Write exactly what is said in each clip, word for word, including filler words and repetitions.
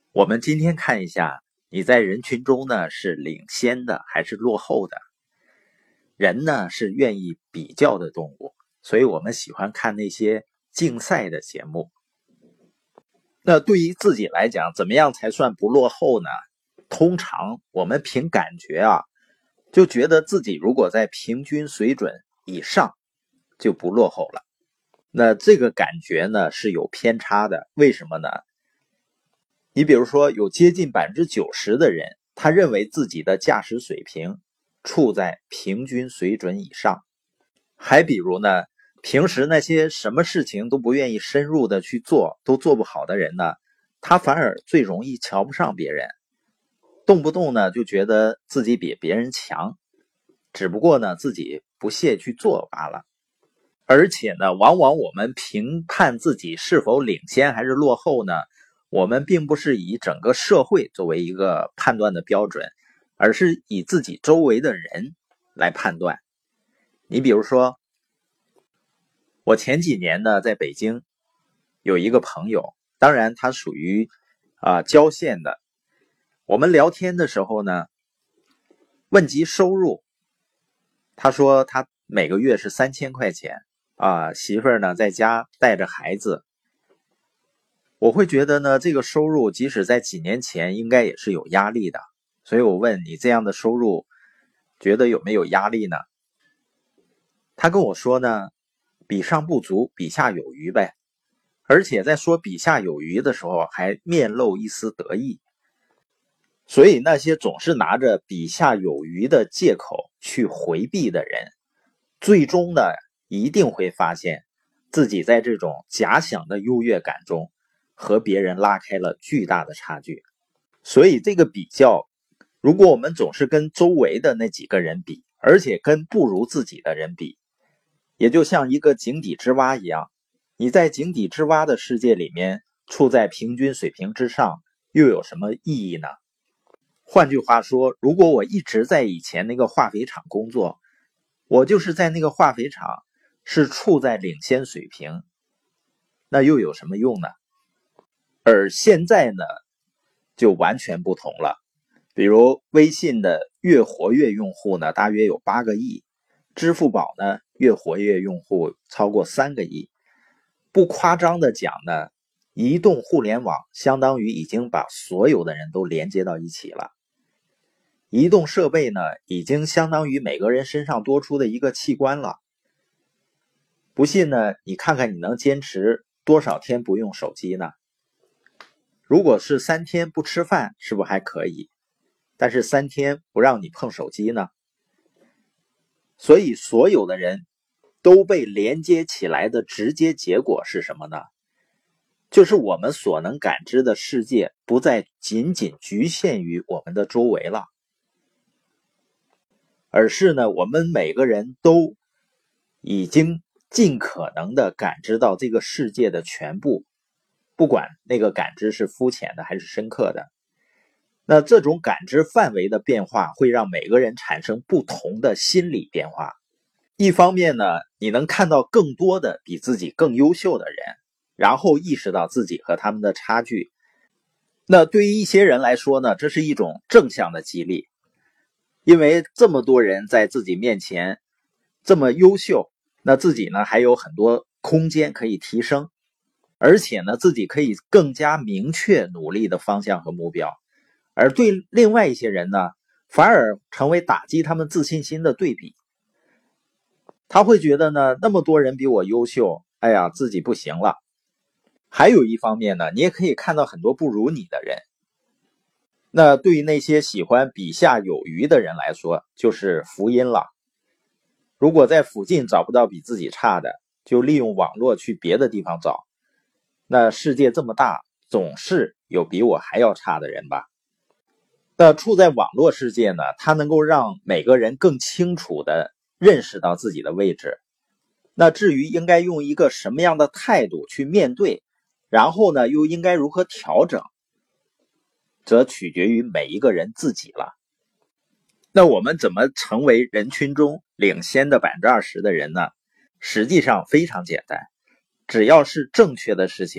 我们今天看一下，你在人群中呢是领先的还是落后的？人呢是愿意比较的动物，所以我们喜欢看那些竞赛的节目。那对于自己来讲，怎么样才算不落后呢？通常我们凭感觉啊，就觉得自己如果在平均水准以上，就不落后了。那这个感觉呢是有偏差的，为什么呢？你比如说，有接近 百分之九十 的人，他认为自己的驾驶水平处在平均水准以上。还比如呢，平时那些什么事情都不愿意深入的去做，都做不好的人呢，他反而最容易瞧不上别人，动不动呢就觉得自己比别人强，只不过呢自己不屑去做罢了。而且呢，往往我们评判自己是否领先还是落后呢，我们并不是以整个社会作为一个判断的标准，而是以自己周围的人来判断。你比如说，我前几年呢在北京有一个朋友，当然他属于啊郊县的。我们聊天的时候呢，问及收入，他说他每个月是三千块钱啊，媳妇儿呢在家带着孩子。我会觉得呢，这个收入即使在几年前应该也是有压力的，所以我问你，这样的收入觉得有没有压力呢？他跟我说呢，比上不足，比下有余呗。而且在说比下有余的时候，还面露一丝得意。所以那些总是拿着比下有余的借口去回避的人，最终呢，一定会发现自己在这种假想的优越感中和别人拉开了巨大的差距。所以这个比较，如果我们总是跟周围的那几个人比，而且跟不如自己的人比，也就像一个井底之蛙一样，你在井底之蛙的世界里面处在平均水平之上，又有什么意义呢？换句话说，如果我一直在以前那个化肥厂工作，我就是在那个化肥厂是处在领先水平，那又有什么用呢？而现在呢，就完全不同了。比如微信的月活跃用户呢，大约有八个亿，支付宝呢，月活跃用户超过三个亿。不夸张的讲呢，移动互联网相当于已经把所有的人都连接到一起了。移动设备呢，已经相当于每个人身上多出的一个器官了。不信呢，你看看你能坚持多少天不用手机呢？如果是三天不吃饭，是不是还可以？但是三天不让你碰手机呢？所以所有的人都被连接起来的直接结果是什么呢？就是我们所能感知的世界不再仅仅局限于我们的周围了，而是呢，我们每个人都已经尽可能的感知到这个世界的全部，不管那个感知是肤浅的还是深刻的。那这种感知范围的变化会让每个人产生不同的心理变化。一方面呢，你能看到更多的比自己更优秀的人，然后意识到自己和他们的差距。那对于一些人来说呢，这是一种正向的激励，因为这么多人在自己面前这么优秀，那自己呢还有很多空间可以提升，而且呢自己可以更加明确努力的方向和目标。而对另外一些人呢，反而成为打击他们自信心的对比。他会觉得呢，那么多人比我优秀，哎呀，自己不行了。还有一方面呢，你也可以看到很多不如你的人。那对于那些喜欢比下有余的人来说，就是福音了。如果在附近找不到比自己差的，就利用网络去别的地方找。那世界这么大，总是有比我还要差的人吧。那处在网络世界呢，它能够让每个人更清楚地认识到自己的位置。那至于应该用一个什么样的态度去面对，然后呢，又应该如何调整，则取决于每一个人自己了。那我们怎么成为人群中领先的 百分之二十 的人呢？实际上非常简单，只要是正确的事情，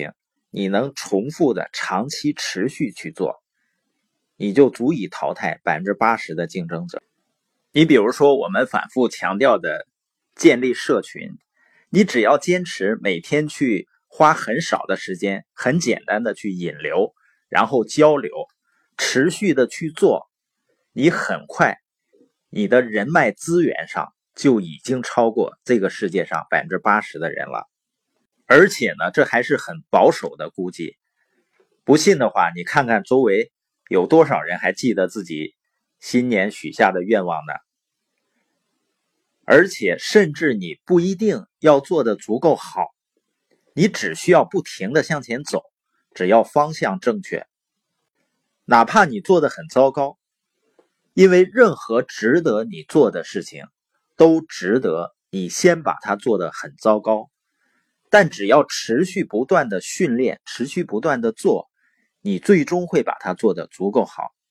你能重复的长期持续去做，你就足以淘汰 百分之八十 的竞争者。你比如说我们反复强调的建立社群，你只要坚持每天去花很少的时间，很简单的去引流，然后交流，持续的去做，你很快你的人脉资源上就已经超过这个世界上 百分之八十 的人了。而且呢，这还是很保守的估计。不信的话，你看看周围有多少人还记得自己新年许下的愿望呢？而且甚至你不一定要做得足够好，你只需要不停地向前走，只要方向正确。哪怕你做得很糟糕，因为任何值得你做的事情都值得你先把它做得很糟糕，但只要持续不断的训练，持续不断的做，你最终会把它做得足够好。